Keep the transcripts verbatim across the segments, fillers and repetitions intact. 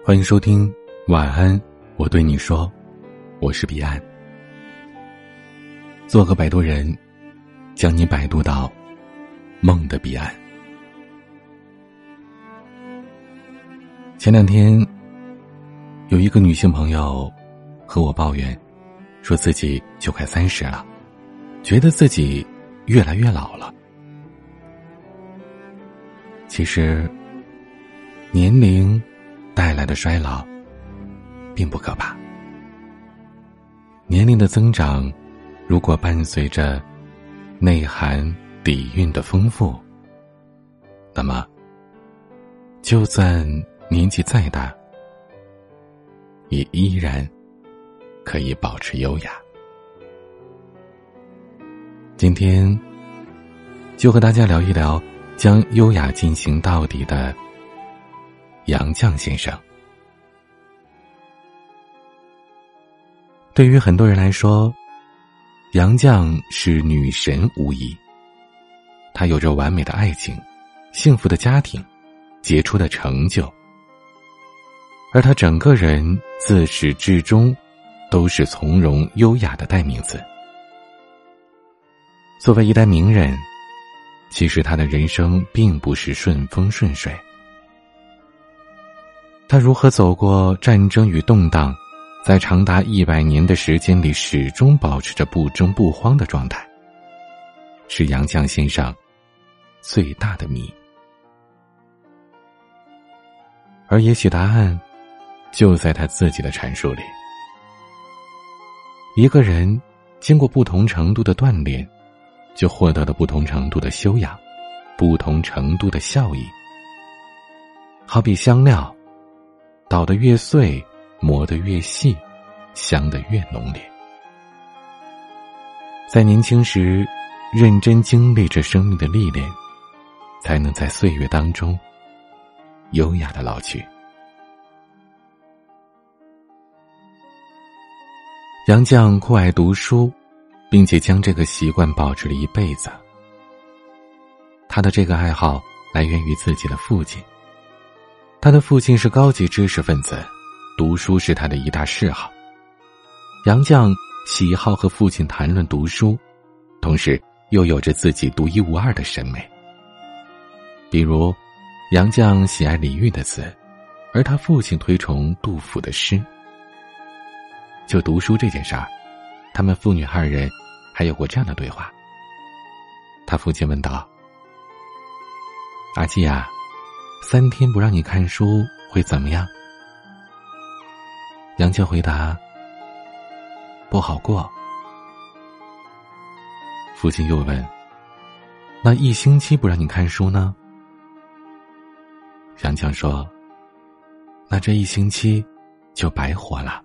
欢迎收听晚安，我对你说，我是彼岸。做个摆渡人，将你摆渡到梦的彼岸。前两天有一个女性朋友和我抱怨，说自己就快三十了，觉得自己越来越老了。其实年龄带来的衰老并不可怕，年龄的增长如果伴随着内涵底蕴的丰富，那么就算年纪再大，也依然可以保持优雅。今天就和大家聊一聊将优雅进行到底的杨绛先生。对于很多人来说，杨绛是女神无疑，她有着完美的爱情、幸福的家庭、杰出的成就，而她整个人自始至终都是从容优雅的代名词。作为一代名人，其实她的人生并不是顺风顺水。她如何走过战争与动荡，在长达一百年的时间里始终保持着不争不慌的状态，是杨绛先生最大的谜。而也许答案就在他自己的阐述里。一个人经过不同程度的锻炼，就获得了不同程度的修养，不同程度的效益。好比香料，捣得越碎，磨得越细，香得越浓烈。在年轻时认真经历着生命的历练，才能在岁月当中优雅的老去。杨绛酷爱读书，并且将这个习惯保持了一辈子。他的这个爱好来源于自己的父亲，他的父亲是高级知识分子，读书是他的一大嗜好。杨绛喜好和父亲谈论读书，同时又有着自己独一无二的审美。比如杨绛喜爱李煜的词，而他父亲推崇杜甫的诗。就读书这件事儿，他们父女二人还有过这样的对话。他父亲问道：阿季啊，三天不让你看书会怎么样？杨绛回答：不好过。父亲又问：那一星期不让你看书呢？杨绛说：那这一星期就白活了。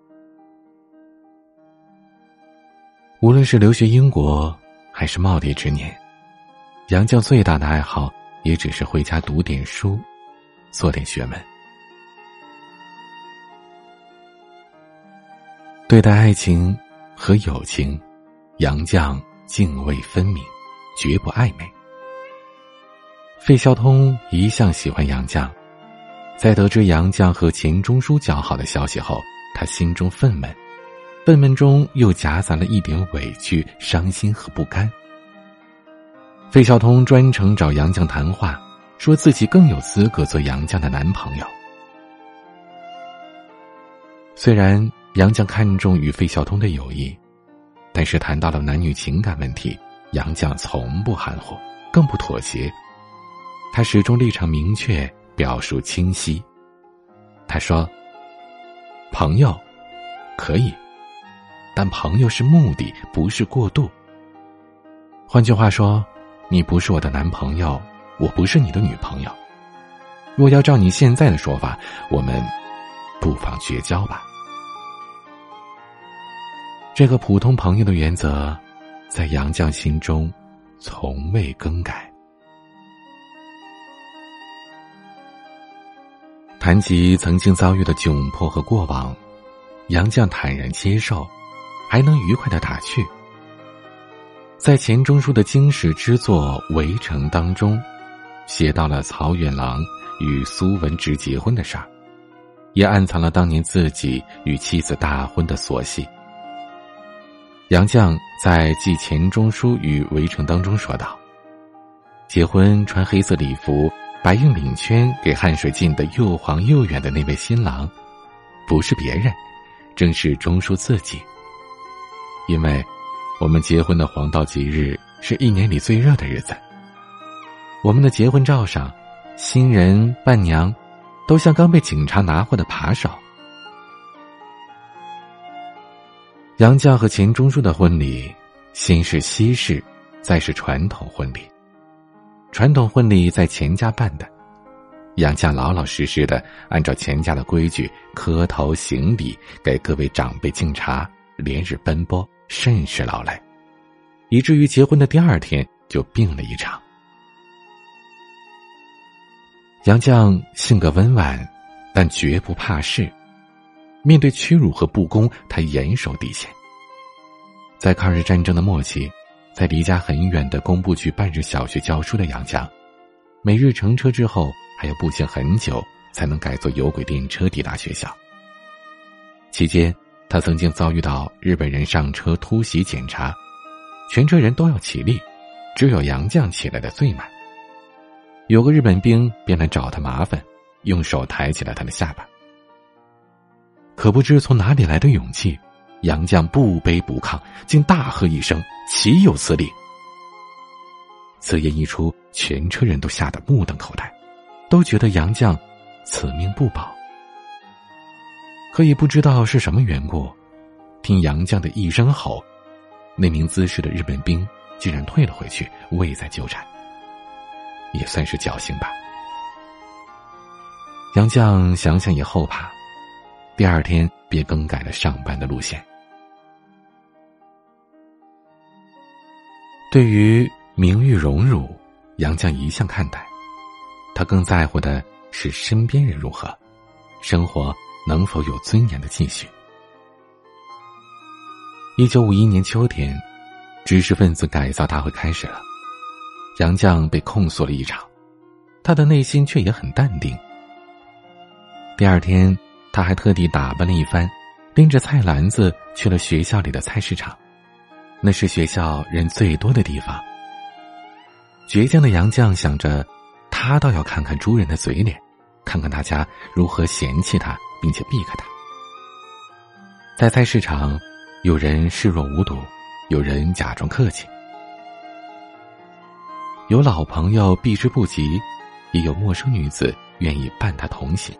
无论是留学英国还是耄耋之年，杨绛最大的爱好也只是回家读点书，做点学问。对待爱情和友情，杨绛泾渭分明，绝不暧昧。费孝通一向喜欢杨绛，在得知杨绛和钱钟书交好的消息后，他心中愤懑，愤懑中又夹杂了一点委屈、伤心和不甘。费孝通专程找杨绛谈话，说自己更有资格做杨绛的男朋友。虽然杨绛看重与费孝通的友谊，但是谈到了男女情感问题，杨绛从不含糊，更不妥协。他始终立场明确，表述清晰。他说：朋友可以，但朋友是目的，不是过渡。换句话说，你不是我的男朋友，我不是你的女朋友。若要照你现在的说法，我们不妨绝交吧。这个普通朋友的原则，在杨绛心中从未更改。谈及曾经遭遇的窘迫和过往，杨绛坦然接受，还能愉快地打趣。在钱钟书的经史之作《围城》当中，写到了曹远郎与苏文植结婚的事儿。 也暗藏了当年自己与妻子大婚的琐细。杨绛在记钱钟书与围城当中说道，结婚穿黑色礼服，白硬领圈，给汗水浸得又黄又远的那位新郎，不是别人，正是钟书自己。因为我们结婚的黄道吉日是一年里最热的日子，我们的结婚照上，新人伴娘都像刚被警察拿获的扒手。杨绛和钱钟书的婚礼，先是西式，再是传统婚礼。传统婚礼在钱家办的，杨绛老老实实的按照钱家的规矩磕头行礼，给各位长辈敬茶，连日奔波，甚是劳累，以至于结婚的第二天就病了一场。杨绛性格温婉，但绝不怕事，面对屈辱和不公，他严守底线。在抗日战争的末期，在离家很远的工部区半日小学教书的杨绛，每日乘车之后还要步行很久才能改坐有轨电车抵达学校。期间他曾经遭遇到日本人上车突袭检查，全车人都要起立，只有杨绛起来的最慢。有个日本兵便来找他麻烦，用手抬起了他的下巴。可不知从哪里来的勇气，杨绛不卑不亢，竟大喝一声，岂有此理。此言一出，全车人都吓得目瞪口呆，都觉得杨绛此命不保。可也不知道是什么缘故，听杨绛的一声吼，那名滋事的日本兵竟然退了回去，未再纠缠，也算是侥幸吧。杨绛想想也后怕，第二天便更改了上班的路线。对于名誉荣辱，杨绛一向看淡，他更在乎的是身边人如何，生活能否有尊严的继续。一九五一年秋天，知识分子改造大会开始了，杨绛被控诉了一场，他的内心却也很淡定。第二天他还特地打扮了一番，拎着菜篮子去了学校里的菜市场，那是学校人最多的地方。倔强的杨绛想着，他倒要看看诸人的嘴脸，看看大家如何嫌弃他并且避开他。在菜市场，有人视若无睹，有人假装客气，有老朋友避之不及，也有陌生女子愿意伴他同行。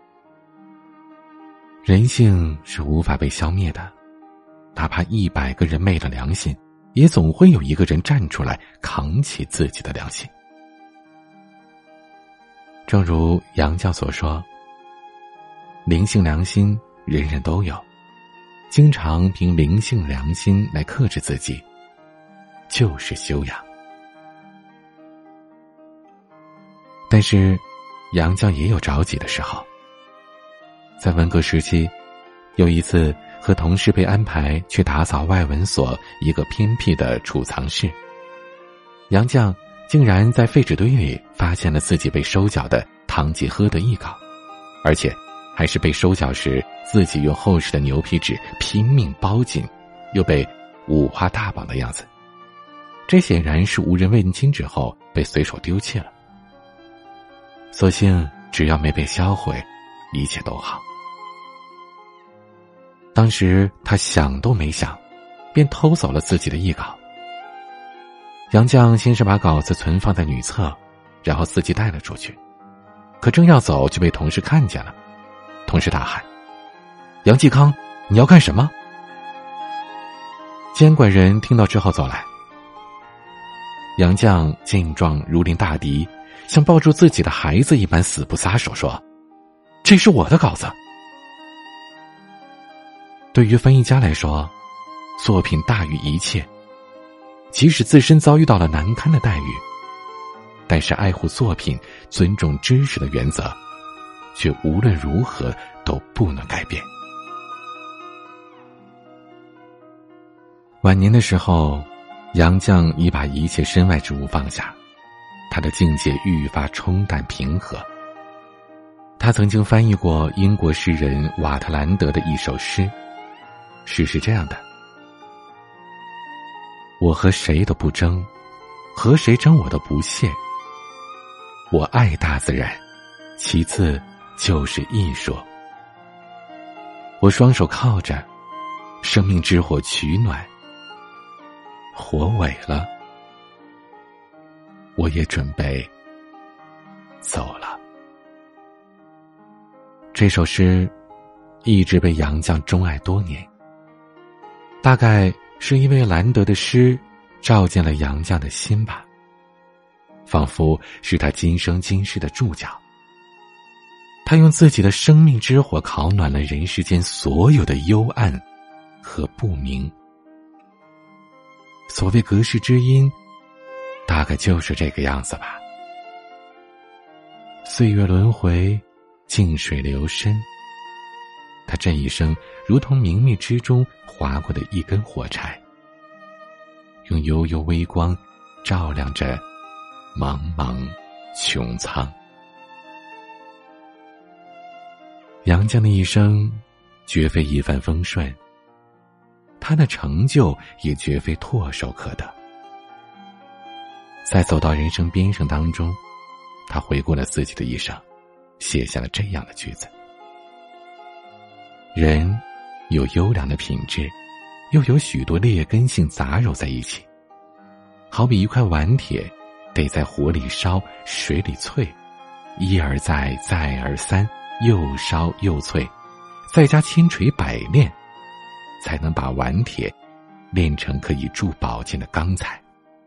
人性是无法被消灭的，哪怕一百个人昧了良心，也总会有一个人站出来扛起自己的良心。正如杨绛所说，灵性良心人人都有，经常凭灵性良心来克制自己，就是修养。但是杨绛也有着急的时候。在文革时期，有一次和同事被安排去打扫外文所一个偏僻的储藏室，杨绛竟然在废纸堆里发现了自己被收缴的《堂吉诃德》译稿，而且还是被收缴时自己用厚实的牛皮纸拼命包紧，又被五花大绑的样子。这显然是无人问津之后被随手丢弃了。所幸只要没被销毁，一切都好。当时他想都没想，便偷走了自己的译稿。杨绛先是把稿子存放在女厕，然后自己带了出去，可正要走就被同事看见了。同事大喊：杨继康，你要干什么？监管人听到之后走来，杨绛见状如临大敌，像抱住自己的孩子一般死不撒手，说：这是我的稿子。对于翻译家来说，作品大于一切，即使自身遭遇到了难堪的待遇，但是爱护作品、尊重知识的原则，却无论如何都不能改变。晚年的时候，杨绛已把一切身外之物放下，他的境界愈发冲淡平和。 他曾经翻译过英国诗人瓦特兰德的一首诗，诗是这样的：我和谁都不争，和谁争我都不屑。我爱大自然，其次就是艺术。我双手靠着，生命之火取暖，火萎了，我也准备走了。这首诗一直被杨绛钟爱多年，大概是因为兰德的诗照进了杨绛的心吧，仿佛是他今生今世的注脚。他用自己的生命之火烤暖了人世间所有的幽暗和不明。所谓隔世知音，大概就是这个样子吧。岁月轮回，静水流深，他这一生如同明灭之中划过的一根火柴，用悠悠微光照亮着茫茫穹苍。杨绛的一生绝非一帆风顺，他的成就也绝非唾手可得。在走到人生边上当中，他回顾了自己的一生，写下了这样的句子：人有优良的品质，又有许多劣根性杂糅在一起，好比一块顽铁，得在火里烧，水里淬，一而再，再而三，又烧又淬，再加千锤百炼，才能把顽铁炼成可以铸宝剑的钢材。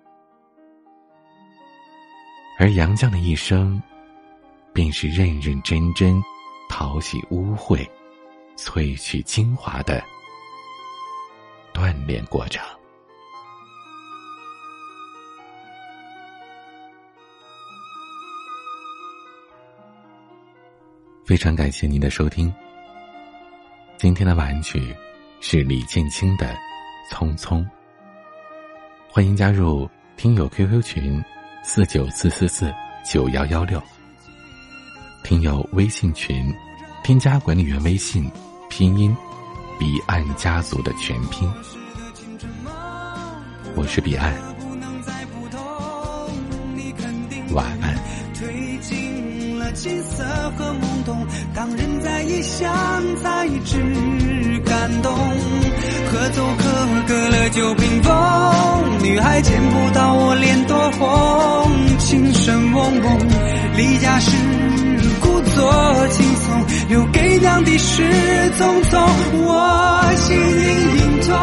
而杨绛的一生便是认认真真淘洗污秽，萃取精华的锻炼过程。非常感谢您的收听，今天的晚安曲是李建清的《匆匆》。欢迎加入听友 Q Q 群四九四四四九一一六，听友微信群添加管理员微信拼音彼岸家族的全拼。我是彼岸，晚安。 推进了金色和懵懂，当人在异乡才知感动。可走可隔了酒瓶风，女孩见不到我脸多红，情深蒙蒙，离家时故作轻松，留给娘的是匆匆。我心隐隐痛，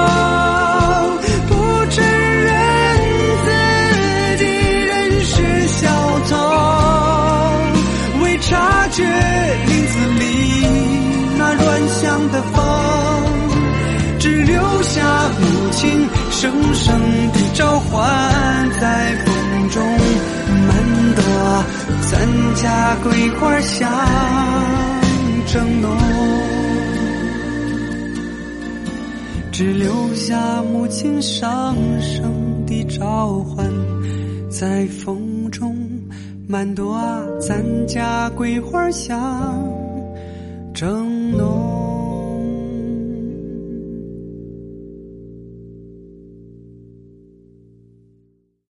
不承认自己仍是小偷，未察觉林子里那软香的风，只留下母亲声声的召唤，在风中漫朵咱家桂花香正浓，只留下母亲上声的召唤，在风中漫朵咱家桂花香正浓。